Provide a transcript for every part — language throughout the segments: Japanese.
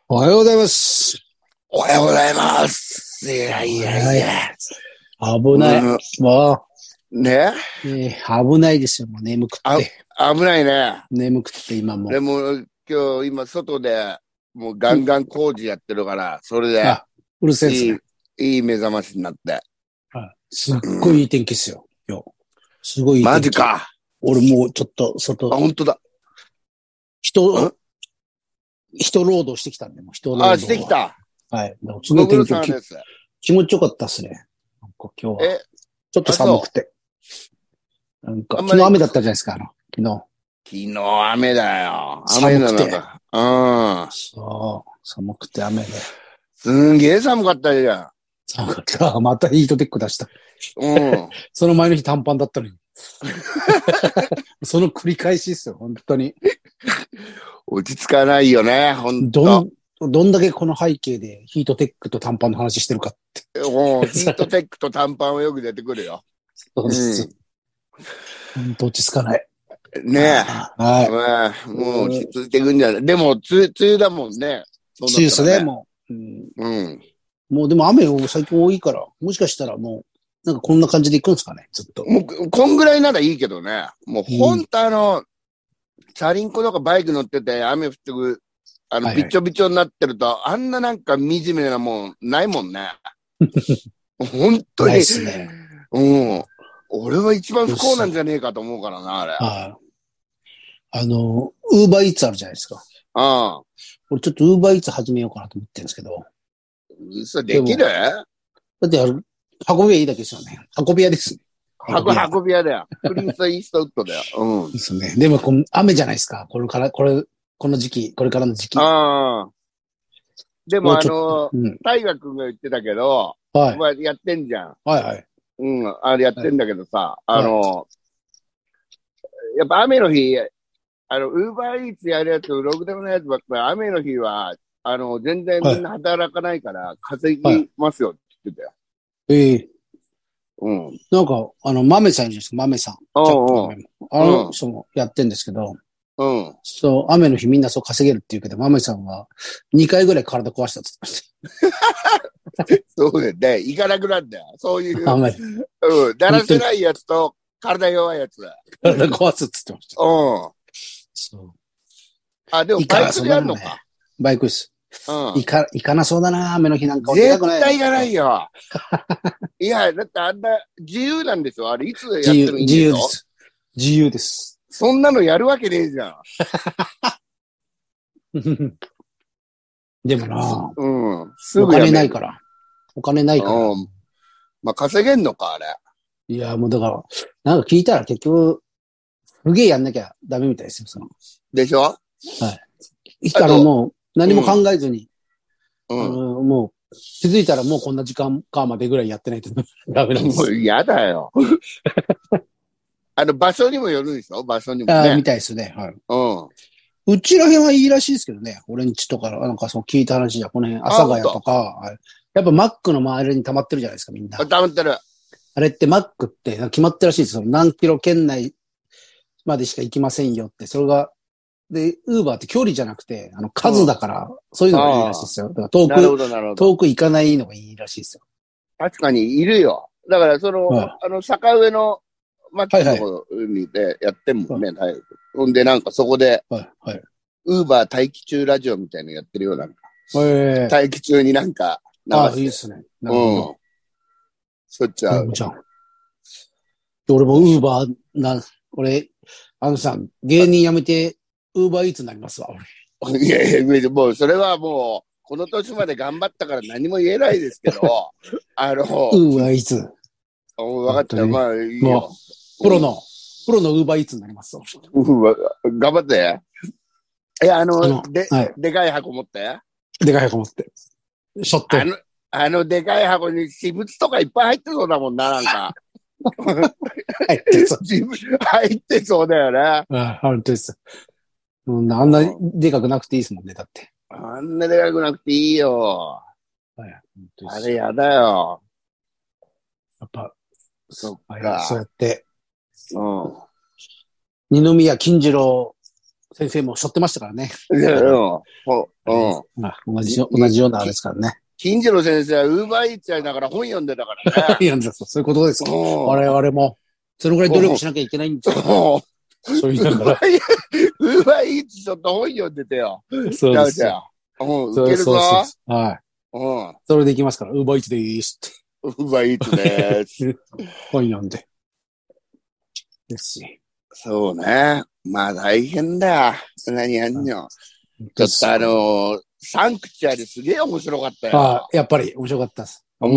おはようございます。 おはようございます。いやいやいや。 危ない。もね危ないですよ。もう眠くっあ、 て。 危ないね。 眠くって今もでも、今外で、もうガンガン工事やってるから、それで、 うるせえですね。 いい目覚ましになって。 すっごいいい天気ですよ。今日。すごいいい天気。 マジか。 俺もうちょっと外。 本当だ。 人労働してきたんで、もう人労働。 してきた。 はい。すごい天気です。 気持ちよかったっすね。なんか今日は。ちょっと寒くて。なんか、昨日雨だったじゃないですか、昨日雨だよ。 雨なのか。 そう。寒くて雨で。 すんげえ寒かったじゃん。 寒かった。またヒートテック出した。その前の日短パンだったのに。その繰り返しですよ、本当に。 落ち着かないよね、本当。 どんだけこの背景でヒートテックと短パンの話してるかって。 もうヒートテックと短パンはよく出てくるよ。 そうです。本当落ち着かない。 ねえ。 はい。 もう落ち着いていくんじゃない。でも、梅雨だもんね。 梅雨ですね、もう。もうでも雨最近多いから、もしかしたらもう、なんかこんな感じで行くんですかね、ずっと。 もう、こんぐらいならいいけどね。もう、ほんとチャリンコとかバイク乗ってて、雨降ってく、びちょびちょになってると、あんななんか惨めなもん、ないもんね。本当に。 ないっすね。 俺は一番不幸なんじゃねえかと思うからな、あれ。 ウーバーイーツあるじゃないですか。俺ちょっとウーバーイーツ始めようかなと思ってるんですけど。 嘘できる？ だって運び屋いいだけですよね。運び屋です。 運び屋だよ。クリンスイーストウッドだよ。 ですね。でも雨じゃないですか。この時期、これからの時期。 でも大河君が言ってたけど、やってんじゃん。あれやってんだけどさ、やっぱ雨の日、ウーバーイーツやるやつ、ログダウンのやつばっかり、雨の日は、全然みんな働かないから、稼ぎますよって言ってたよ。 なんか、豆さんいるじゃないですか、豆さん。人もやってんですけど、そう、雨の日みんなそう稼げるって言うけど、豆さんは2回ぐらい体壊したって言ってました。 そうだよね。行かなくなるんだよ。そういう、だらせないやつと体弱いやつ。 体壊すって言ってました。そう。 でもバイクでやるのか。 バイクです。行かなそうだな、雨の日なんか。 絶対行かないよ。いや、だってあんな自由なんですよ。あれいつやってもいいんですよ。 自由です。自由です。 そんなのやるわけねえじゃん。でもな、 お金ないから。お金ないから。 まあ、稼げんのか、あれ。 いや、もうだから、なんか聞いたら結局、すげえやんなきゃダメみたいですよ、 でしょ？はい。 もう、何も考えずに、もう、気づいたらもうこんな時間かまでぐらいやってないとダメなんです。 もう嫌だよ。場所にもよるでしょ？場所にもね。 みたいですね。はい。うちら辺はいいらしいですけどね。俺んちとか、なんかそう聞いた話じゃ、この辺、阿佐ヶ谷とか、やっぱマックの周りに溜まってるじゃないですか、みんな。 溜まってる。 あれってマックって決まってるらしいですよ。何キロ圏内までしか行きませんよって。それが、で、ウーバーって距離じゃなくて、数だから、そういうのがいいらしいですよ。だから遠く行かないのがいいらしいですよ。 確かにいるよ。だから、坂上のマックの方でやってんもんね、大学。ほんで、なんかそこで、ウーバー待機中ラジオみたいなのやってるような。待機中になんか流して。いいっすね。なるほど。 そっちは。 俺もウーバー俺、芸人辞めて、ウーバーイーツになりますわ、 俺。いやいや、もう、それはもう、この年まで頑張ったから何も言えないですけど、 ウーバーイーツ。 分かった。まあ、いいよ。 プロのウーバーイーツになりますわ。 頑張って。でかい箱持って。 でかい箱持って。しょって。 でかい箱に私物とかいっぱい入ってそうだもんな、なんか。 入ってそう。 入ってそうだよね。 本当です。あんなでかくなくていいですもんね、だって。 あんなでかくなくていいよ。あれやだよ。 やっぱ、 そっか。 そうやって。二宮金次郎先生も背負ってましたからね。 まあ、同じようなあれですからね。 近所の先生はウーバーイーツやりながら本読んでたからね。 いや、そういうことですよ。我々も、そのぐらい努力しなきゃいけないんですよ。そう言いながら。 ウーバーイーツちょっと本読んでてよ。 そうですよ。 受けるぞ。 はい。それでいきますから、ウーバーイーツでーすって。 ウーバーイーツでーす。 本読んで。ですし。 そうね。まあ大変だよ。何やんの。ちょっとサンクチュアリすげえ面白かったよ。 やっぱり面白かったです。 もう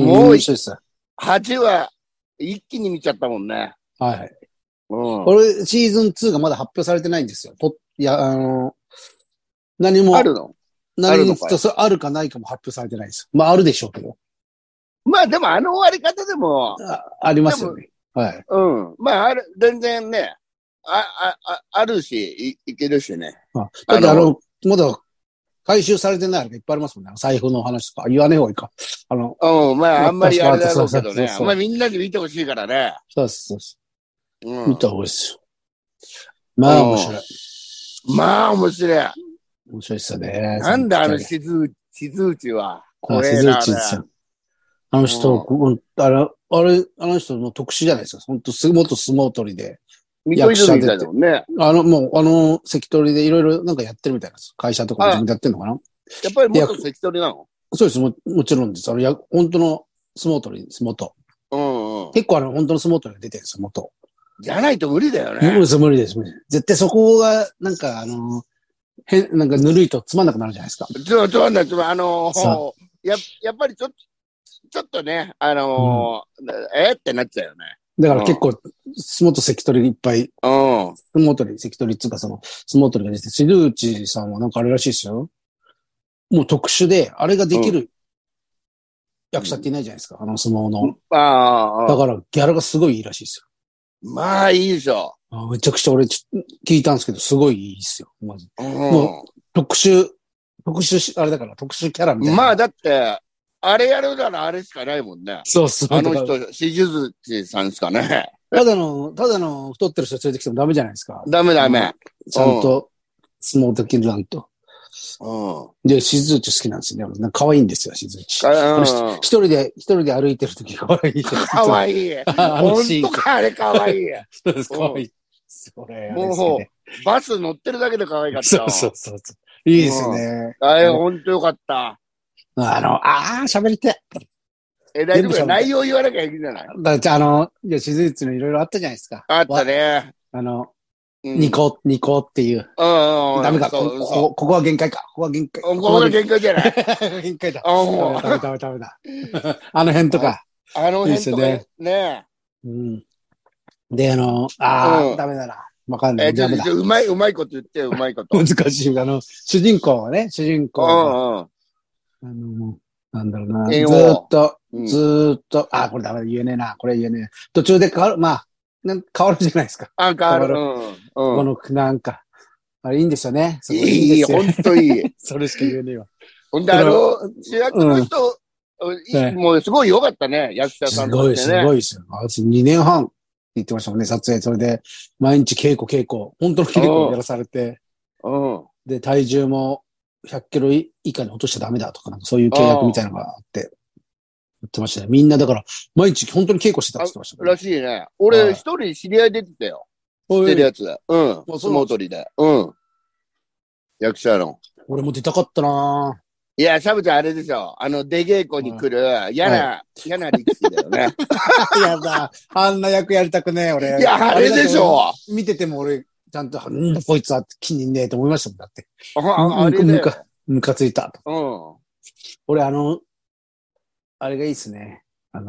8話一気に見ちゃったもんね。 はい。これシーズン2がまだ発表されてないんですよ。いや、何も。 あるのあるかないかも発表されてないです。まああるでしょうけど。 まあでも終わり方でも。 ありますよね。はい。 まあ全然ね。あるし、いけるしね。 だってまだ回収されてないのがいっぱいありますもんね。財布の話とか。言わねえ方がいいか。 まああんまりあれだろうけどね。あんまりみんなに見てほしいからね。 そうです。見た方がいいですよ。まあ面白い。 まあ面白い。 面白いですよね。 なんだ静内は。 静内ですよ。あの人、あの人の特殊じゃないですか。本当元相撲取りで。 役者みたいだもんね。 関取でいろいろなんかやってるみたいなんです。会社とか自分でやってるのかな。 やっぱり元関取なの？ そうです。もちろんです。本当の相撲取りです、元。結構本当の相撲取りが出てるんですよ、元。 じゃないと無理だよね。 無理です。絶対そこが、なんかなんかぬるいとつまんなくなるじゃないですか。 つまんない。やっぱりちょっとね、ってなっちゃうよね。 だから結構、元関取いっぱい、相撲取り、関取っていうか相撲取りが出て、静内さんはなんかあれらしいですよ。もう特殊で、あれができる役者っていないじゃないですか、相撲の。だからギャラがすごいいいらしいですよ。まあいいでしょ。 めちゃくちゃ俺聞いたんですけど、すごいいいですよ。まず。もう、特殊、あれだから特殊キャラみたいな。 まあだって、あれやるならあれしかないもんね。 そう。 あの人、静内さんしかね。 ただの太ってる人連れてきてもダメじゃないですか。 ダメ。 ちゃんと相撲できるなんと。で、静内好きなんですよね。可愛いんですよ、静内。一人で歩いてるとき可愛い。 可愛い。本当か、あれ可愛い。 そうです、可愛い。 もう、バス乗ってるだけで可愛かった。 そう。いいですよね。 本当よかった。 喋りて。 大丈夫？内容言わなきゃいけないじゃない。 静内のいろいろあったじゃないですか。 あったね。 ニコっていう。ダメか。ここは限界か。ここは限界。 ここが限界じゃない。 限界だ。ダメだ。あの辺とか。 あの辺とかね。 で、ダメだな。わかんない。 うまいこと言ってよ、うまいこと。 難しい。主人公が。なんだろうな。ずーっと、これダメだ、言えねえな。これ言えねえ。途中で変わる、変わるじゃないですか。 変わる。 この、なんか、あれいいんですよね。 いい、ほんといい。 それしか言えねえわ。 ほんで、主役の人、もうすごい良かったね、役者さんとかね。 すごいですよ。2年半って言ってましたもんね、撮影。それで、毎日稽古。本当の稽古をやらされて。で、体重も100キロ以下に落としちゃダメだとか、なんかそういう契約みたいなのがあって、言ってましたね。みんなだから、毎日本当に稽古してたって言ってましたね。 らしいね。俺、一人知り合い出てたよ。知ってるやつ。相撲取りで。役者の。 俺も出たかったないや、サブちゃんあれでしょ。出稽古に来る嫌な力士だよね。 やだ。あんな役やりたくねえ、俺。 いや、あれでしょ。 見てても俺、ちゃんと、なんだこいつは気にねえと思いましたもん、だって。 あれで。 ムカついた。俺、あれがいいっすね。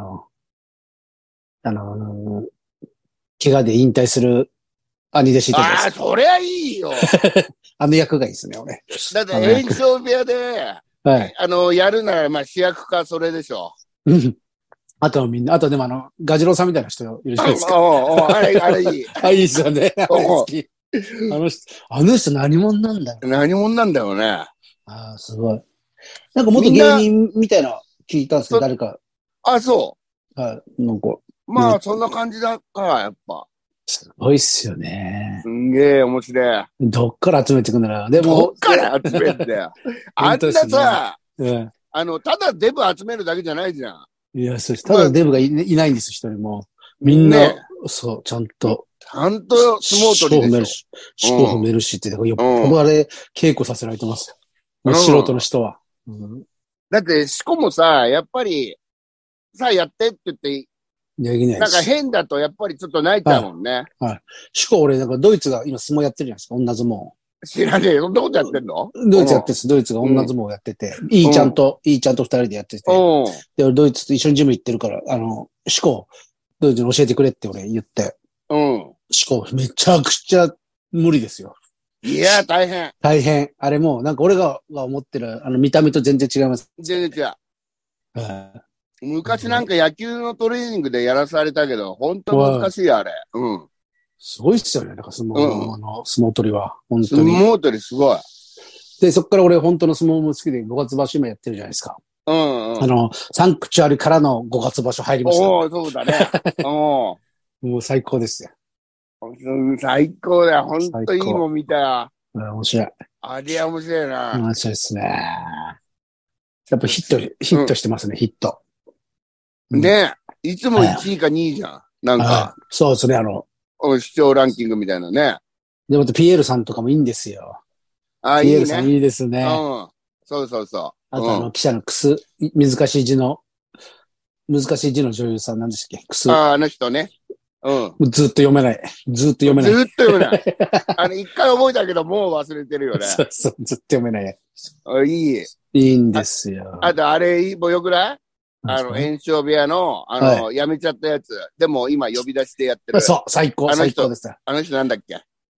怪我で引退する兄弟子とか。 そりゃいいよ。 あの役がいいっすね、俺。 だって演奏部屋で、やるなら、主役かそれでしょ。 あとみんな、あとでもガジロウさんみたいな人いるじゃないですか。 あれいい。 いいっすよね。好き。あの人何者なんだよ。 何者なんだよね。 すごい。なんか元芸人みたいな聞いたんですけど、誰か。 そう。 なんか。 そんな感じだから、やっぱ。 すごいっすよね。 すんげえ面白い。 どっから集めてくんだろう。でも、 どっから集めんだよ。あんなさ、ただデブ集めるだけじゃないじゃん。 いや、そうです。ただデブがいないんです、一人も。みんな、ね、そう、ちゃんと。 ちゃんと相撲取りでしょ。 四股踏めるしって、よっぽどあれ、稽古させられてますよ。もう素人の人は。 だって、四股もさ、やっぱり、さあやってって言って、なんか変だとやっぱりちょっと泣いたもんね。 はい。四股俺、なんかドイツが今相撲やってるじゃないですか、女相撲。 知らねえよ。そんなことやってんの？ ドイツやってるんです。ドイツが女相撲をやってて、いいちゃんと二人でやってて。で、俺ドイツと一緒にジム行ってるから、四股、ドイツに教えてくれって俺言って。四股、めちゃくちゃ無理ですよ。 いや、大変。 大変。あれも、なんか俺が思ってる、見た目と全然違います。 全然違う。昔なんか野球のトレーニングでやらされたけど、本当難しいよ、あれ。 すごいっすよね。だから相撲取りは。本当に。 相撲取りすごい。 で、そっから俺本当の相撲も好きで5月場所今やってるじゃないですか。サンクチュアリからの5月場所入りました。 そうだね。 もう最高ですよ。 最高だよ。本当いいもん見たよ。 面白い。 あれは面白いな。 面白いですね。やっぱヒットしてますね、ヒット。 ねえ。いつも1位か2位じゃん。なんか。 そうですね、 視聴ランキングみたいなね。 で、またピエールさんとかもいいんですよ。ピエールさんいいですね。 そうそうそう。 あと記者の難しい字の女優さんなんでしたっけ？ あの人ね。 ずっと読めない。 ずっと読めない。一回覚えたけど、もう忘れてるよね。 そう、ずっと読めない。 いいんですよ。 あと、あれ、もうよくない？炎症部屋の、辞めちゃったやつ。でも、今呼び出してやってる。 そう、最高です。 あの人なんだっけ？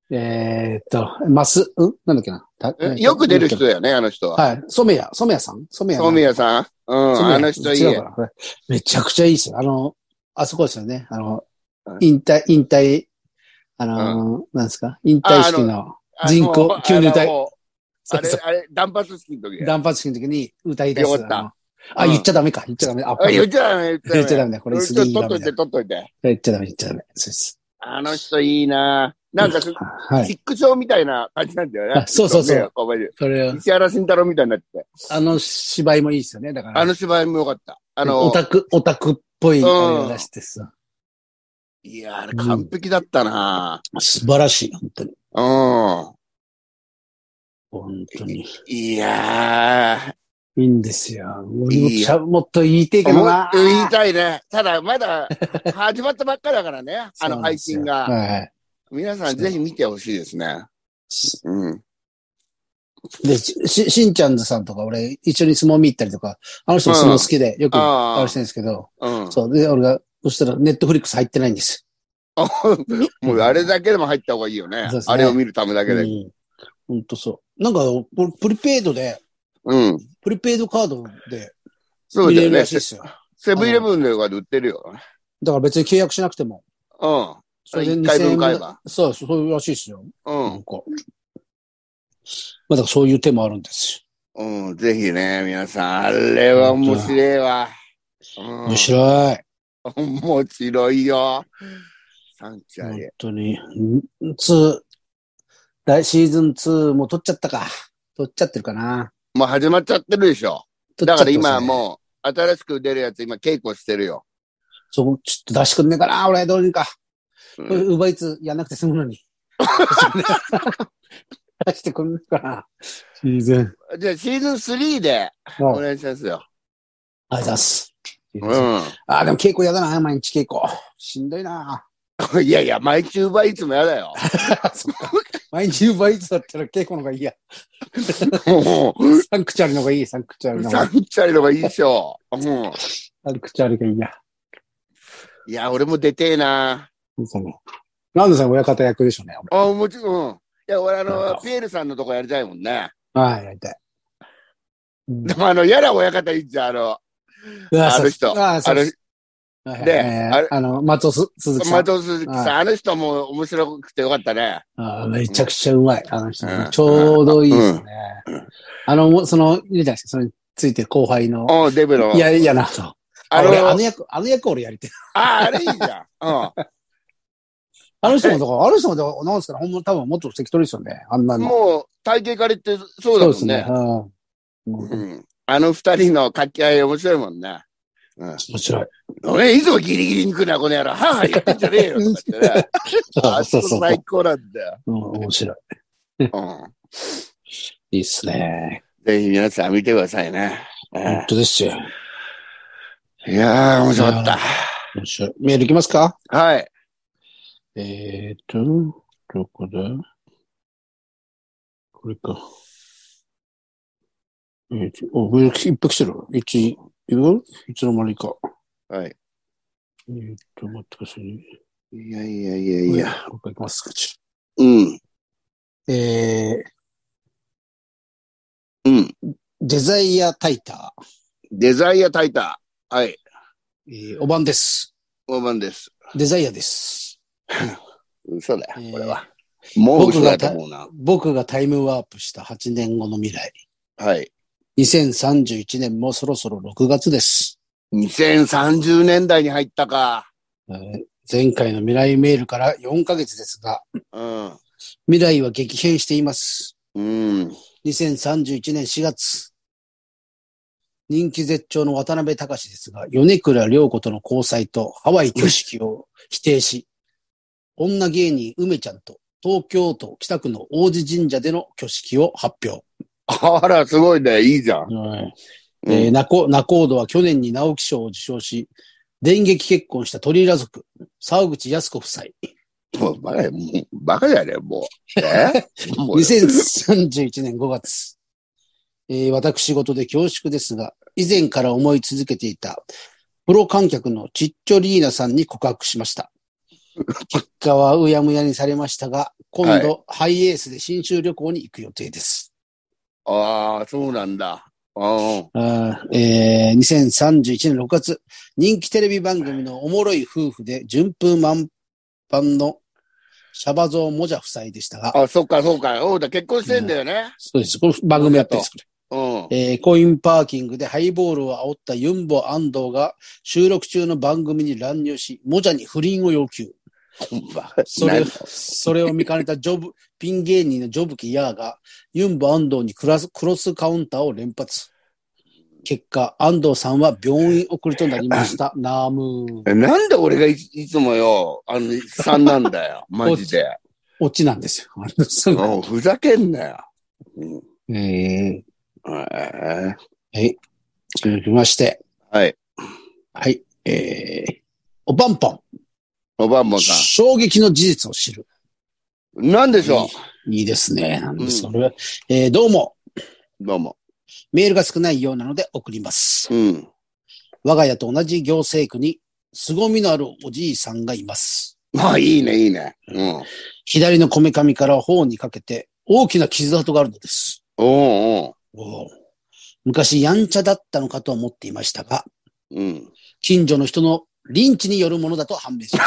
なんだっけな。 よく出る人だよね、あの人は。 はい。染谷さん。 あの人いい。 めちゃくちゃいいですよ。あそこですよね。引退、なんですか？引退式の人工吸入体。 あれ、断髪式の時。 断髪式の時に歌い出す。 よかった。 言っちゃダメか。言っちゃダメ。 言っちゃダメ。 これ取っといて。 言っちゃダメ。そうです。 あの人いいな。なんか、キックショーみたいな感じなんだよね。 そう。それ石原慎太郎みたいになって。 芝居もいいですよね。だから。 芝居もよかった。 オタクっぽいあれを出してさ。 いや、あれ完璧だったな。 素晴らしい、本当に。本当に。 いやー。いいんですよ。もっと言いたいけどな。 言いたいね。ただ、まだ始まったばっかだからね。配信が。皆さんぜひ見てほしいですね。 で、しんちゃんずさんとか俺一緒に相撲見行ったりとか、あの人も相撲好きでよくあれしてるんですけど、そう。で、俺が、そしたらネットフリックス入ってないんです。 もうあれだけでも入った方がいいよね。あれを見るためだけで。 ほんとそう。なんか、プリペイドで、プリペイドカードで見れるらしいですよ。 セブンイレブンで売ってるよ。 だから別に契約しなくても。 それで1回分買えば。 そういうらしいですよ。なんか。まあ、だからそういう手もあるんですよ。ぜひね、皆さん、あれは面白いわ。 面白い。 面白いよ。サンチュアリ。 本当に。シーズン2もう撮っちゃったか。撮っちゃってるかな。 もう始まっちゃってるでしょ。だから今もう、新しく出るやつ今稽古してるよ。 ちょっと出してくんねえかな、俺、どうにか。ウーバーイーツやんなくて済むのに。出してくんねえかな、シーズン。 じゃあシーズン3でお願いしますよ。 ありがとうございます。でも稽古やだな、毎日稽古。しんどいな。 いやいや、毎日ウーバーイーツもやだよ。 毎日ウーバーイーツだったら稽古の方がいいや。サンクチュアリの方がいい、サンクチュアリの方がいいでしょ。 サンクチュアリがいいや。 いや、俺も出てえな。 ランドさん親方役でしょうね。 もちろん。いや、俺ピエールさんのとこやりたいもんね。 やりたい。 でもやら親方いいじゃん、あの人。 で、松尾鈴木さん。 松尾鈴木さん。あの人も面白くてよかったね。 めちゃくちゃうまい。あの人。ちょうどいいですね。いるじゃないですか。それについて後輩の。 デブの。 いやなと。あの役俺やりてる。 あれいいじゃん。 あの人もだから、なんですかね、ほんま多分もっと関取ですよね。あんなの。 もう、体型から言ってそうだもんね。 そうですね。 うん。あの二人の掛け合い面白いもんね。うん。 面白い。 俺、いつもギリギリに来るな、この野郎。はぁはぁ言ってんじゃねえよ、とかってね。あそこ最高なんだよ。 面白い。 うん。 いいっすね。 ぜひ皆さん見てくださいね。 本当ですよ。 いやー、面白かった。 面白い。メールいきますか？ はい。 どこだ？これか。メールいっぱい来てる。いつの間にか。 はい。 待ってくださいね。 いやいやいやいや。 これいきますか。 うん。うん。 デザイアタイター。 デザイアタイター。はい。 おばんです。 大番です。 デザイアです。 嘘だよ、これは。もう嘘だと思うな。 僕がタイムワープした8年後の未来。 はい。 2031年もそろそろ6月です。 2030年代に入ったか。 前回の未来メールから4ヶ月ですが、 うん。 未来は激変しています。 うん。 2031年4月。人気絶頂の渡辺隆ですが、米倉涼子との交際とハワイ挙式を否定し、女芸人梅ちゃんと東京都北区の王子神社での挙式を発表。 あら、すごいね。いいじゃん。 仲人は去年に直木賞を受賞し、電撃結婚した鳥居族、沢口靖子夫妻。 もうバカじゃねえ、もう。 2031年5月。私事で恐縮ですが、以前から思い続けていた、プロ観客のチッチョリーナさんに告白しました。結果はうやむやにされましたが、今度、ハイエースで新州旅行に行く予定です。 ああ、そうなんだ。 2031年6月、人気テレビ番組のおもろい夫婦で順風満帆のシャバゾウモジャ夫妻でしたが。 あ、そっか、そうか。結婚してんだよね。 そうです。これ番組やってるんです。コインパーキングでハイボールを煽ったユンボ安藤が収録中の番組に乱入し、モジャに不倫を要求。それを見かねたピン芸人のジョブキヤーがユンボ安藤にクロスカウンターを連発。結果、安藤さんは病院送りとなりました。ナームー。 なんで俺がいつもよ、3なんだよ。マジで。 オチなんですよ。 ふざけんなよ。 はい。続きまして。 はい。 はい。おばんぽん。 おばんぽんさん。 衝撃の事実を知る。 なんでしょう。いいですね。なんです。どうも。 どうも。 メールが少ないようなので送ります。 うん。 我が家と同じ行政区に凄みのあるおじいさんがいます。 あ、いいね、いいね。うん。 左のこめかみから頬にかけて大きな傷跡があるのです。昔やんちゃだったのかと思っていましたが、近所の人のリンチによるものだと判明しました。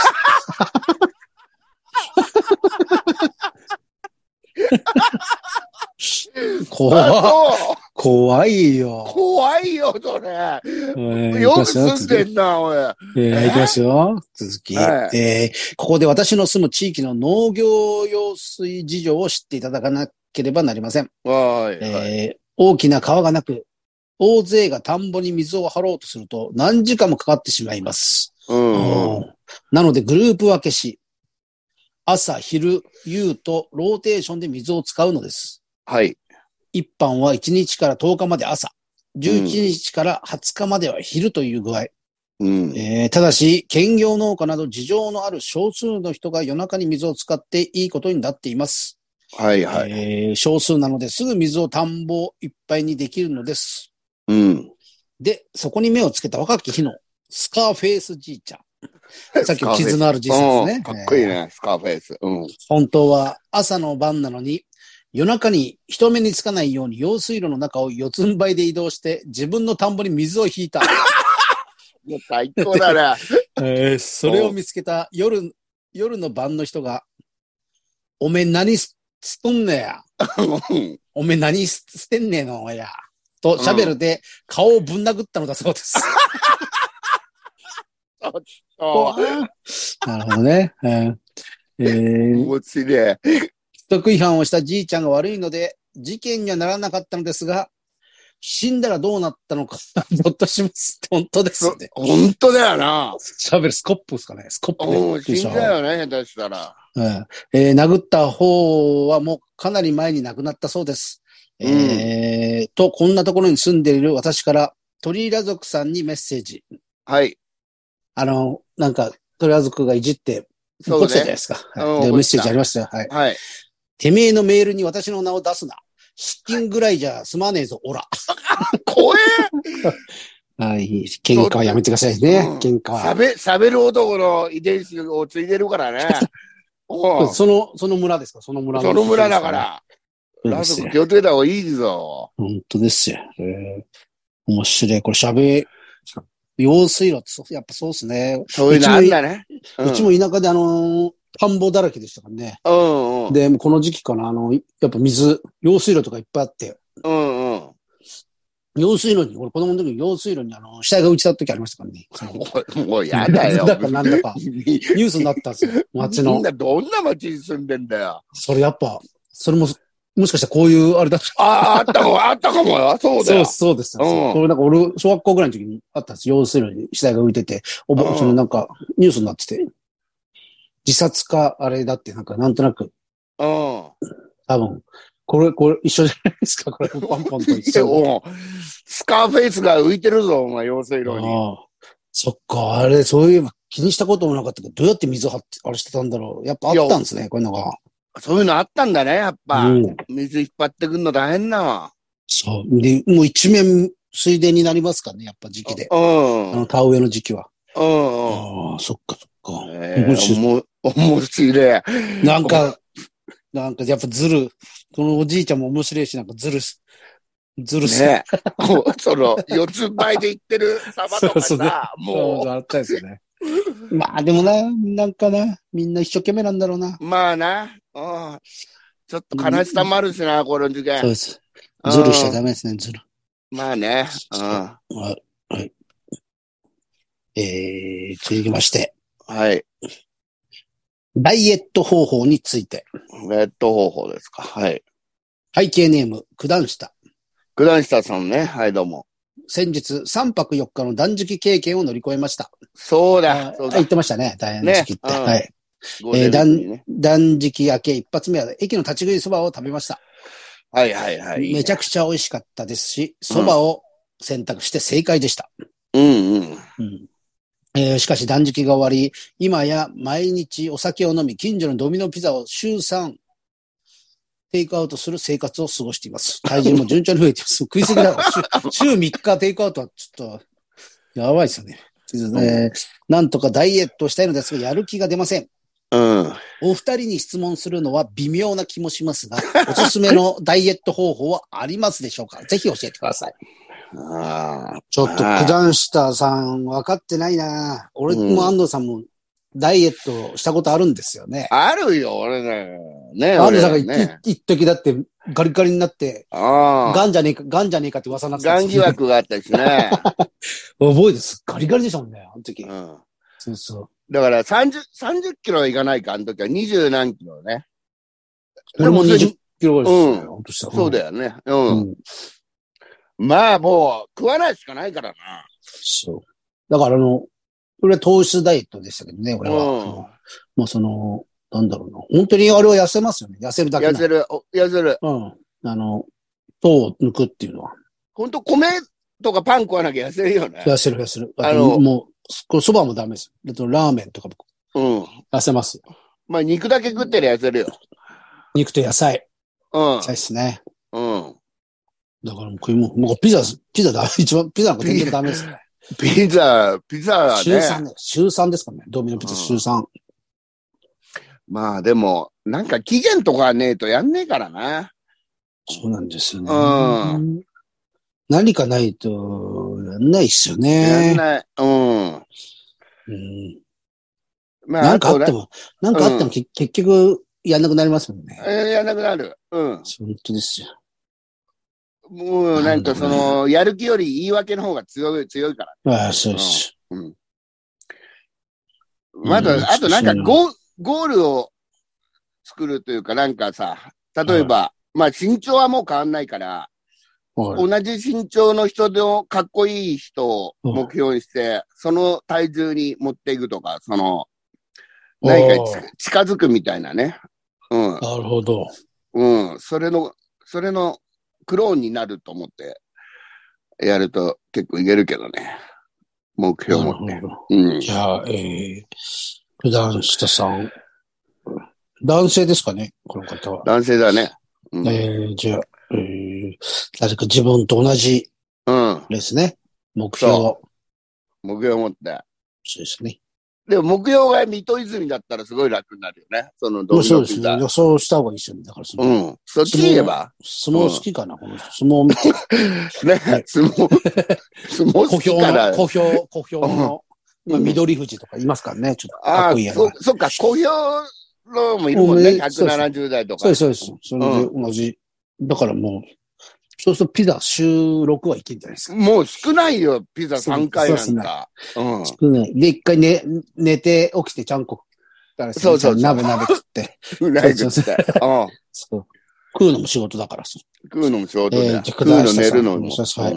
怖いよ。 怖いよ、それ。よく住んでんな、おい。 いきますよ。続き、ここで私の住む地域の農業用水事情を知っていただかなければなりません。大きな川がなく、大勢が田んぼに水を張ろうとすると何時間もかかってしまいます。なのでグループ分けし、朝、昼、夕とローテーションで水を使うのです。 はい。 一般は1日から10日まで朝、11日から20日までは昼という具合。ただし、兼業農家など事情のある少数の人が夜中に水を使っていいことになっています。 はいはい。 少数なのですぐ水を田んぼいっぱいにできるのです。で、そこに目をつけた若き日のスカーフェイスじいちゃん。さっきの傷のあるじいさんですね。 かっこいいね、スカーフェイス。 本当は朝の晩なのに、夜中に人目につかないように用水路の中を四つん這いで移動して自分の田んぼに水を引いた。 もう最高だね。それを見つけた夜の晩の人が、おめえ何すとんねや。おめえ何してんねえのや。とシャベルで顔をぶん殴ったのだそうです。なるほどね。 面白い。 規則違反をしたじいちゃんが悪いので、事件にはならなかったのですが、死んだらどうなったのか、ぼっとします。本当ですよね。 本当だよな。 喋るスコップですかね。スコップね。 死んだよね、下手したら。 殴った方はもうかなり前に亡くなったそうです。こんなところに住んでいる私から、トリーラ族さんにメッセージ。 はい。 なんか、トリーラ族がいじって、怒ってたじゃないですか。で、メッセージありましたよ。はい。 はい。 てめえのメールに私の名を出すな。失禁ぐらいじゃ済まねえぞ、オラ。 怖えはい。喧嘩はやめてくださいね。喧嘩は。 喋る男の遺伝子を継いでるからね。 その村ですか、その村の。その村だから。ラ族気をつけた方がいいぞ。 本当ですよ。面白い。これ用水路ってやっぱそうですね。 そういうのあんだね。 うちも田舎で田んぼだらけでしたからね。で、この時期かな、やっぱ用水路とかいっぱいあって。用水路に、俺子供の時に用水路に死体が浮いてた時ありましたからね。もうやだよ。 だかなんだか、ニュースになったんですよ。町の。 みんなどんな町に住んでんだよ。 それやっぱ、それもしかしたらこういうあれだった。 あったかもよ。そうだよ。 そうです。これなんか俺、小学校ぐらいの時にあったんです。用水路に死体が浮いてて、そのなんか、ニュースになってて、自殺かあれだってなんとなく。多分、これ一緒じゃないですか、これ。ポンポンと一緒。 スカーフェイスが浮いてるぞ、お前、用水路に。 そっか、あれ、そういえば気にしたこともなかったけど、どうやって水張って、あれしてたんだろう。やっぱあったんですね、こういうのが。 そういうのあったんだね、やっぱ。水引っ張ってくんの大変なわ。 そう。で、もう一面水田になりますからね、やっぱ時期で。田植えの時期は。そっか。 面白い。 なんか、やっぱこのおじいちゃんも面白いし、なんかずるね。四つ倍で言ってる様とかさ、もう。 あったですよね。まあでもなんかみんな一生懸命なんだろうな。 まあな。ちょっと悲しさもあるしな、この受験。 そうです。ずるしちゃダメですね、ずる。 まあね。 はい。続きまして。 はい。 ダイエット方法について。 ダイエット方法ですか。はい。 背景ネーム、九段下。 九段下さんね。はい、どうも。 先日、3泊4日の断食経験を乗り越えました。 そうだ。 言ってましたね、大変な時期って。はい。断食明け一発目は駅の立ち食いそばを食べました。 はい。 めちゃくちゃ美味しかったですし、そばを選択して正解でした。しかし断食が終わり、今や毎日お酒を飲み、近所のドミノピザを週3、テイクアウトする生活を過ごしています。体重も順調に増えています。食いすぎだろ。週3日テイクアウトはちょっと、やばいですよね。なんとかダイエットしたいのですが、やる気が出ません。お二人に質問するのは微妙な気もしますが、おすすめのダイエット方法はありますでしょうか？ぜひ教えてください。ちょっと九段下さん分かってないな。俺も安藤さんもダイエットしたことあるんですよね。 あるよ、俺ね。 安藤さんが一時だってガリガリになって、ガンじゃねえかって噂になってたんですよ。ガン疑惑があったしね。 覚えてす。ガリガリでしたもんね、あの時。そう。 だから30キロいかないか、あの時は20何キロね。 俺も20キロぐらいですね。 そうだよね。まあもう食わないしかないからな。 そう。だから俺は糖質ダイエットでしたけどね、俺は。もうなんだろうな。本当にあれは痩せますよね。痩せるだけ。 痩せる。 糖を抜くっていうのは。 本当米とかパン食わなきゃ痩せるよね。 痩せる。もう、そばもダメですよ。ラーメンとかも。痩せます。 まあ肉だけ食ってりゃ痩せるよ。 肉と野菜。野菜ですね。だからもうピザだ。一番、ピザなんか全然ダメですね。 ピザはね。 週3ですかね。ドミノピザ週3。 まあでも、なんか期限とかねえとやんねえからな。 そうなんですよね。何かないと、やんないっすよね。 やんない。 まあ、なんかあっても結局、やんなくなりますもんね。 やんなくなる。 本当ですよ。 もうなんかやる気より言い訳の方が強いから。 そうです。 あとなんかゴールを作るというか、なんかさ、例えば、まあ身長はもう変わんないから、同じ身長の人のかっこいい人を目標にして、その体重に持っていくとか、何か近づくみたいなね。うん。 なるほど。 うん。それのクローンになると思って、やると結構いけるけどね。目標を持って。うん。 じゃあ、九段下さん。男性ですかね、この方は。 男性だね。 うん、じゃあ、誰か自分と同じですね。目標を。 目標を持って。 そうですね。 でも目標が水戸泉だったらすごい楽になるよね。そのドミノピザ。 そうですね。そうした方がいいですよね。だからうん。そっち言えば相撲好きかな、この人。相撲見て。 ね、相撲好きから。 小兵の、緑富士とかいますからね。ちょっとかっこいいやろ。 そっか、小兵のもいるもんね。170代とか。 そうです。それで同じ。だからもう、そうするとピザ週6はいけんじゃないですか。 もう少ないよ、ピザ3回なんか。 少ない。で、一回寝て起きてちゃんこ。 そう。 鍋食って。 そう。 食うのも仕事だから。 食うのも仕事で。 食うの寝るのも。はい。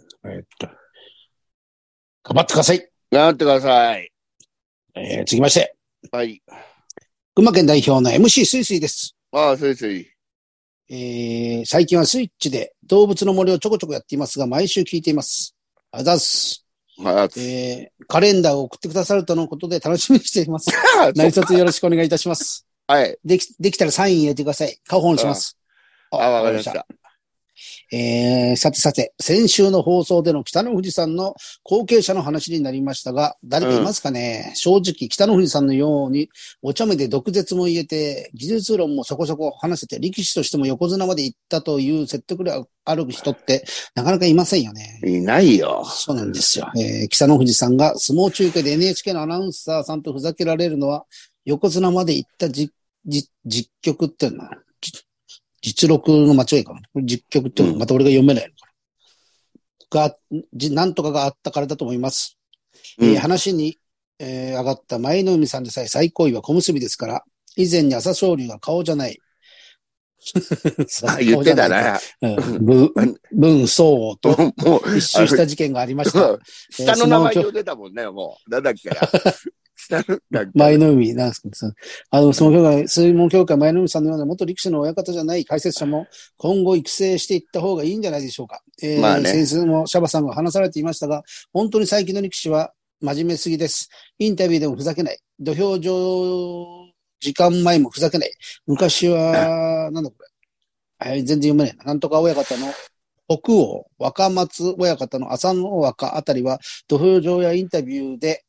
頑張ってください。 頑張ってください。 続きまして。 はい。 群馬県代表の MC スイスイです。 ああ、スイスイ。 最近はスイッチで動物の森をちょこちょこやっていますが、毎週聞いています。あざっす。カレンダーを送ってくださるとのことで楽しみにしています。何卒よろしくお願いいたします。 はい。 できたらサイン入れてください。買う方にします。 わかりました。 さて、先週の放送での北の富士さんの後継者の話になりましたが、誰かいますかね、正直、北の富士さんのように、お茶目で毒舌も言えて、技術論もそこそこ話せて、力士としても横綱まで行ったという説得力ある人って、なかなかいませんよね。 いないよ。 そうなんですよ。北の富士さんが相撲中継で NHK のアナウンサーさんとふざけられるのは、横綱まで行った実局っていうのは、実録の間違いかな。実局っていうのはまた俺が読めないのかな。なんとかがあったからだと思います。話に、上がった前の海さんでさえ最高位は小結ですから、以前に朝青龍が顔じゃない。 言ってたな。 文相応と一周した事件がありました。 下の名前言ってたもんね、もう。なんだっけ。 前の海なんですけどさ、相撲協会前の海さんのような元力士の親方じゃない解説者も今後育成していった方がいいんじゃないでしょうか。先週もシャバさんが話されていましたが、本当に最近の力士は真面目すぎです。インタビューでもふざけない。土俵上、時間前もふざけない。昔は、なんだこれ。全然読めないな。なんとか親方の北欧、若松親方の朝の若あたりは、土俵上やインタビューで、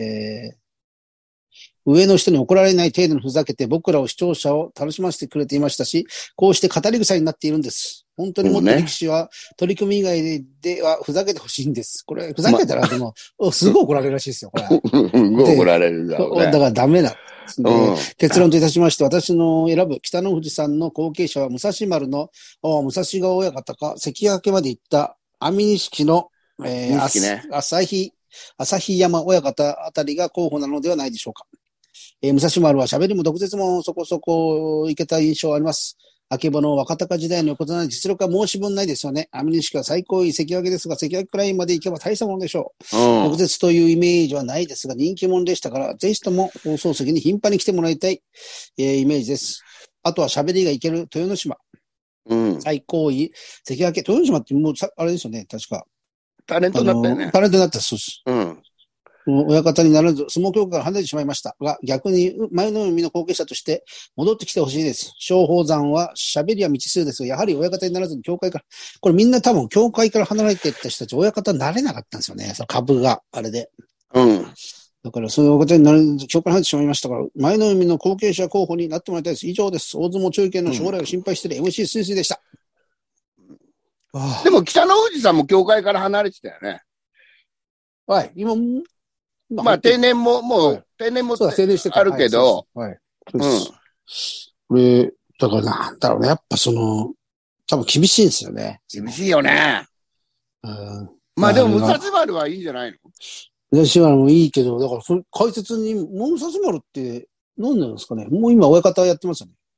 上の人に怒られない程度にふざけて僕らを視聴者を楽しませてくれていましたし、こうして語り草になっているんです。本当にもっと力士は取り組み以外ではふざけてほしいんです。これ、ふざけたらでも、すごい怒られるらしいですよ、これ。 すごい怒られるだろうね。 だからダメだ。結論といたしまして、私の選ぶ北の富士さんの後継者は武蔵丸の武蔵川親方か、関脇まで行った安美錦の、旭山親方あたりが候補なのではないでしょうか。武蔵丸は喋りも毒舌もそこそこいけた印象があります。あけぼの若隆時代の横綱の実力は申し分ないですよね。安美錦は最高位関脇ですが、関脇くらいまで行けば大したものでしょう。毒舌というイメージはないですが、人気者でしたから、ぜひとも放送席に頻繁に来てもらいたい、イメージです。あとは喋りがいける豊ノ島。最高位関脇。豊ノ島ってもうあれですよね、確か。 タレントになったよね。 タレントになったそうです。親方にならず、相撲協会から離れてしまいましたが、逆に前の海の後継者として戻ってきてほしいです。松鳳山は喋りは未知数ですが、やはり親方にならずに協会から、これみんな多分協会から離れていった人たち、親方になれなかったんですよね。その株が、あれで。だから、そういう親方になれず、協会に離れてしまいましたから、前の海の後継者候補になってもらいたいです。以上です。大相撲中継の将来を心配している MC スイスイでした。 でも、北の富士さんも協会から離れてたよね。 はい。今まあ、定年もあるけど。 はい。これ、だからなんだろうね。やっぱ多分厳しいんですよね。 厳しいよね。まあでも、武蔵丸はいいんじゃないの？ 武蔵丸もいいけど、だから解説に、武蔵丸って何なんですかね。もう今親方やってますよね。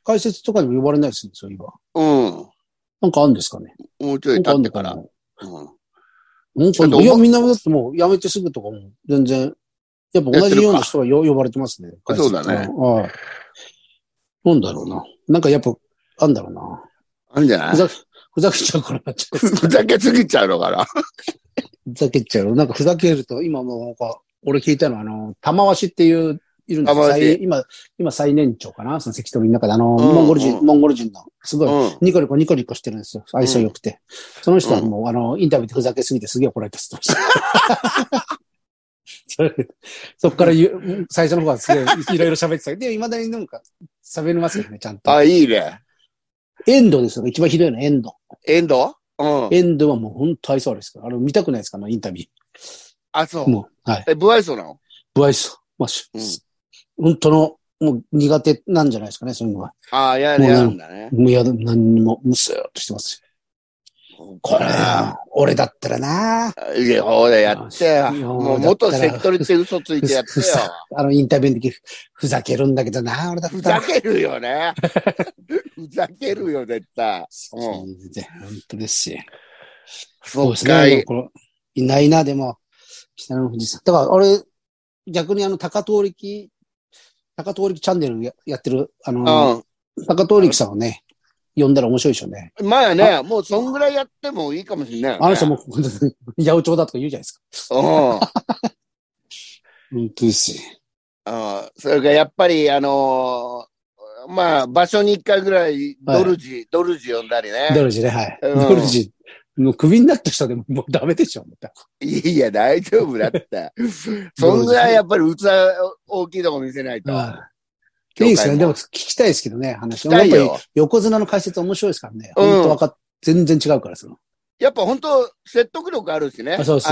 解説とかにも呼ばれないですね、そういえば。 うん。 なんかあるんですかね。 もうちょい経ってから。うん。 いや、みんなだってもう辞めてすぐとかも全然、やっぱ同じような人が呼ばれてますね。 そうだね。 なんだろうな。なんかやっぱ、あんだろうな。 あんじゃないふざけちゃうからなっちゃう。 ふざけすぎちゃうのかな。 ふざけちゃう。なんかふざけると、今もうなんか、俺聞いたのは、玉鷲っていう、いるんですよ。今最年長かなその関取の中で、モンゴル人の、すごい、ニコニコしてるんですよ。相性良くて。その人はもう、インタビューでふざけすぎてすげえ怒られたって言ってました。そっから最初の方はすげえいろいろ喋ってたけど、で、未だになんか喋りますよね、ちゃんと。 あ、いいね。 エンドですよ。一番ひどいのはエンド。 エンドエンドはもう本当愛想悪いですから。見たくないですかインタビュー。 あ、そう。 もう、はい。 不愛想なの？ 不愛想。本当の、もう苦手なんじゃないですかね、そういうのは。 ああ、嫌なんだね。 もう何にも、むすーっとしてますよ。これ、俺だったらいや、ほら、やってよ。もう元セットリって嘘ついてやってよ。 インタビューの時、ふざけるんだけど俺だったら。 ふざけるよね。ふざけるよ、絶対。 本当ですよ。 そうですね。 いないな、でも、北の富士さん。だから、俺、逆に高通力チャンネルやってる、高通力さんをね、呼んだら面白いでしょうね。 まあね、もうそんぐらいやってもいいかもしれないよね。 あの人も、八百長だとか言うじゃないですか。本当ですよ。 それがやっぱり、まあ、場所に一回ぐらい、ドルジ呼んだりね。 ドルジね、はい。ドルジ。もうクビになった人でももうダメでしょ、 いや、大丈夫だって。そんぐらいやっぱり器大きいとこ見せないと。 いいですね。でも聞きたいですけどね、話。 やっぱり横綱の解説面白いですからね。本当全然違うから、 やっぱ本当説得力あるしね。 そうそう。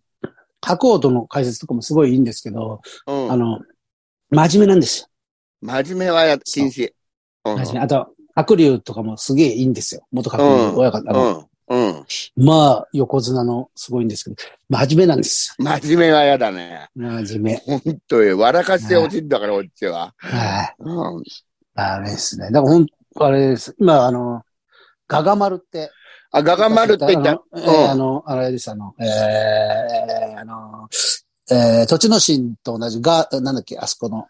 白鵬との解説とかもすごいいいんですけど、真面目なんですよ。 真面目は禁止。 あと、白龍とかもすげえいいんですよ。元白龍親方。まあ、横綱のすごいんですけど、真面目なんですよ。真面目は嫌だね。 真面目。 本当に、笑かしてほしいんだから、こっちは。 はい。ダメですね。だからあれです。今、ガガ丸って。 ガガ丸って言った。 あれです、栃ノ心と同じなんだっけ、あそこの、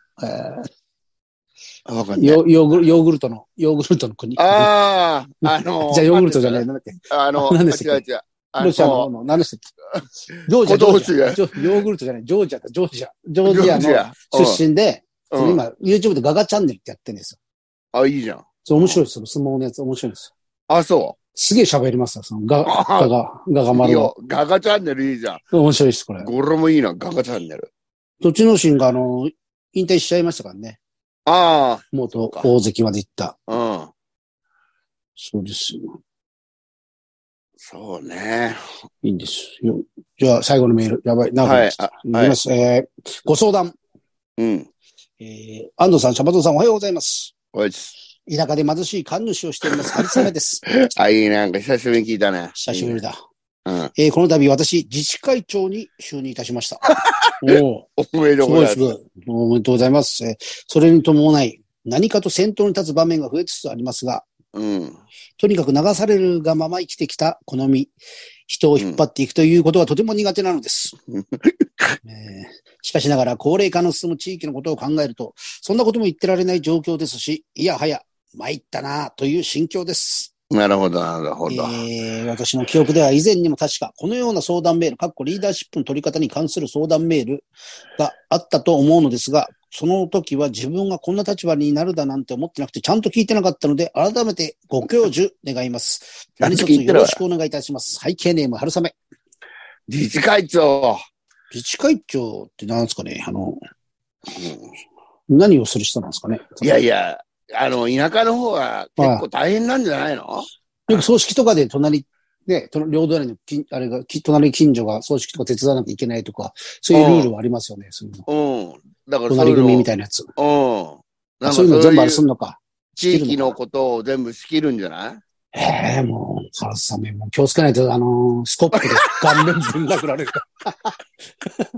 わかんない。 ヨーグルトの国。 じゃあヨーグルトじゃない、なんだっけ。 何でしたっけ。 ロシアの、何でしたっけ。ジョーグルトじゃない、ジョージアの出身で、今、YouTube でガガチャンネルってやってるんですよ。あ、いいじゃん。 面白いですよ。相撲のやつ面白いですよ。あ、そう。 すげえ喋りますよ、ガガ丸の。 ガガチャンネルいいじゃん。 面白いです、これ。 語呂もいいな、ガガチャンネル。 栃ノ心が引退しちゃいましたからね。元大関まで行った。そうですよ。 そうね。 いいんですよ。じゃあ、最後のメール。やばい。 はい。 いきます。ご相談。 安藤さん、シャバトさん、おはようございます。 おはようございます。 田舎で貧しい神主をしております。春雨です。 いいなんか久しぶりに聞いたね。 久しぶりだ。この度私、自治会長に就任いたしました。おめでとうございます。 すごい。おめでとうございます。それに伴い、何かと先頭に立つ場面が増えつつありますが、とにかく流されるがまま生きてきた好み、人を引っ張っていくということはとても苦手なのです。しかしながら高齢化の進む地域のことを考えると、そんなことも言ってられない状況ですし、いやはや、参ったなという心境です。 なるほど、なるほど。 私の記憶では以前にも確かこのような相談メール、リーダーシップの取り方に関する相談メールがあったと思うのですが、その時は自分がこんな立場になるだなんて思ってなくてちゃんと聞いてなかったので、改めてご教授願います。何卒よろしくお願いいたします。背景ネーム、春雨。 自治会長って何ですかね何をする人なんですかね。 いやいや、田舎の方は結構大変なんじゃないの？ よく葬式とかで隣、ね、両隣の隣近所が葬式とか手伝わなきゃいけないとか、そういうルールはありますよね。そういうの。 だから隣組みたいなやつ。そういうの全部あれすんのか。 地域のことを全部仕切るんじゃない？ もう、春雨も気をつけないと、スコップで顔面ぶん殴られるから。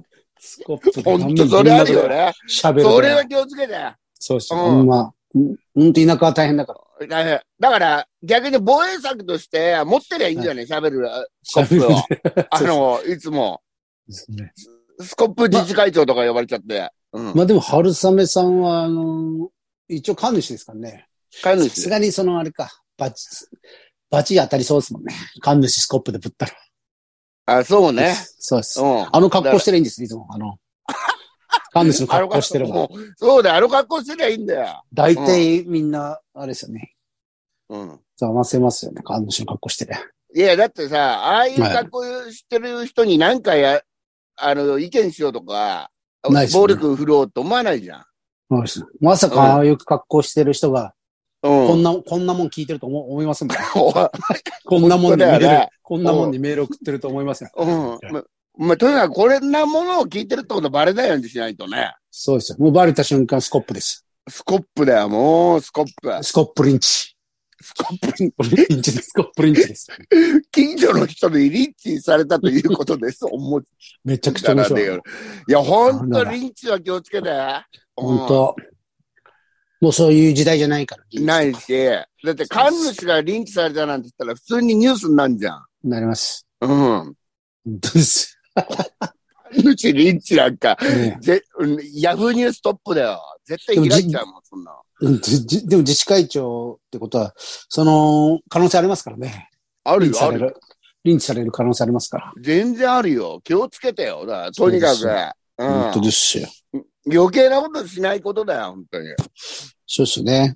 スコップで顔面ぶん殴られる。 ほんと、それあるよね。それは気をつけて。 そうですよ。 田舎は大変だから。 大変。だから、逆に防衛策として、持ってりゃいいんじゃない？喋るスコップを。いつも。ですね。スコップ自治会長とか呼ばれちゃって。 まあでも、春雨さんは、一応神主ですからね。 神主。 さすがにあれか、バチ当たりそうですもんね。神主スコップでぶったら。 あ、そうね。 そうです。格好してりゃいいんです、いつも。神主の格好してれば。 そうだよ、格好してりゃいいんだよ。 大体みんな、あれですよね。ざませますよね、神主の格好してりゃ。 いや、だってさ、ああいう格好してる人に何か意見しようとか、暴力振ろうと思わないじゃん。 そうです。まさかああいう格好してる人が、こんなもん聞いてると思いますもん。こんなもんにメール送ってると思いますよ。 まあ、とにかくこんなものを聞いてるってことバレないようにしないとね。 そうですよ。もうバレた瞬間スコップです。 スコップだよ、もう、スコップ。 スコップリンチ。スコップリンチです。スコップリンチです。 近所の人にリンチされたということです。 めちゃくちゃ面白い。 いや、ほんとリンチは気をつけて。 ほんと。もうそういう時代じゃないから。 ないし。だって神主がリンチされたなんて言ったら普通にニュースになるじゃん。 なります。 本当です。 神主リンチなんか、ヤフーニューストップだよ。絶対開いちゃうもん、そんな。 でも自治会長ってことは、可能性ありますからね。 あるよ、ある。 リンチされる可能性ありますから。 全然あるよ。気をつけてよ。だからとにかく。 本当ですよ。 余計なことしないことだよ、本当に。 そうですね。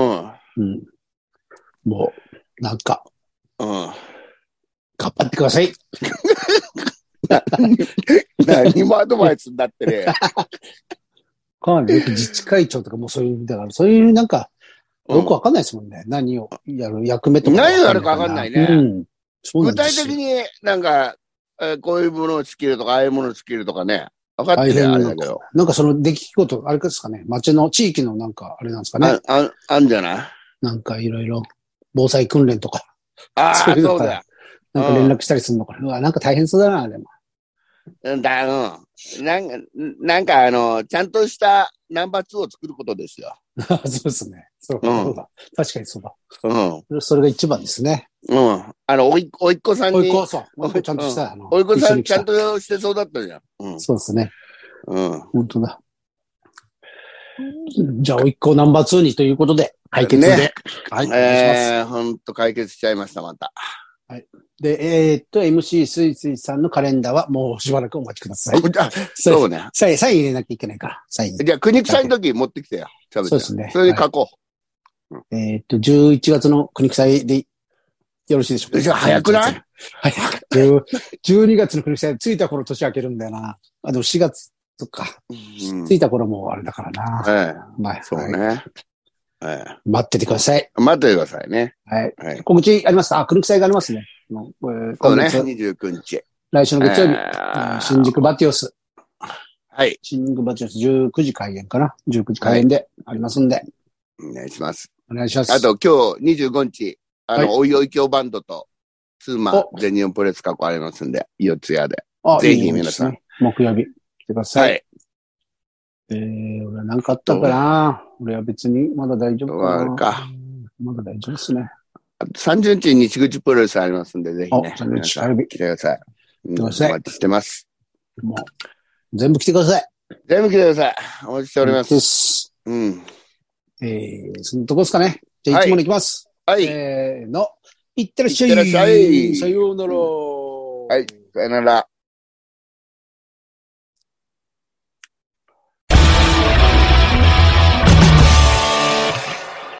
もう、なんか。頑張ってください。 何もアドバイスになってね。 かなり自治会長とかもそういう、だからそういうなんか、よくわかんないですもんね。何をやる役目とか。 何をやるかわかんないね。具体的になんか、こういうものをつけるとか、ああいうものをつけるとかね。分かってるあれだけど。 なんか出来事、あれですかね。地域のなんか、あれなんですかね。 あんじゃない？なんかいろいろ、防災訓練とか。 ああ、そうだよ。 なんか連絡したりするのかな。なんか大変そうだな、でも。 なんかちゃんとしたナンバー2を作ることですよ。 そうですね。そうだ。確かにそうだ。それが一番ですね。 おいっ子さんに。 おいっ子、そう。ちゃんとした。 おいっ子さんちゃんとしてそうだったじゃん。 そうですね。本当だ。じゃあ、おいっ子ナンバー2にということで、解決で。 はい。お願いします。ほんと解決しちゃいました、また。 はい。で、MC スイスイさんのカレンダーはもうしばらくお待ちください。 そうね。 サイン入れなきゃいけないから、サイン。 じゃあ、国草の時持ってきてよ。 そうですね。 それで書こう。11月の国草でよろしいでしょうか。 じゃあ、早くない？ 早く。12月の国草着いた頃年明けるんだよな。でも4月とか。着いた頃もあれだからな。 まあ、そうね。 待っててください。 待っててくださいね。 はい。告知ありますか？国草がありますね。 そうね。29日。 来週の月曜日、新宿バティオス。 はい。 新宿バティオス19時開演かな？ 19 時開演でありますんで。 お願いします。 お願いします。 あと今日25日、おいおい京バンドと、ツーマン、全日本プロレス過去ありますんで、四ツ谷で。ぜひ皆さん。 木曜日来てください。はい。俺は何かあったかな？俺は別にまだ大丈夫かな。まだ大丈夫ですね。 30日に西口プロレスありますんで、ぜひね。 30日火曜日。 来てください。お待ちしてます。 もう、全部来てください。 全部来てください。お待ちしております。 そのとこですかね。じゃあ、いつものいきます。 はい。 いってらっしゃい。さようなら。 はい。さようなら。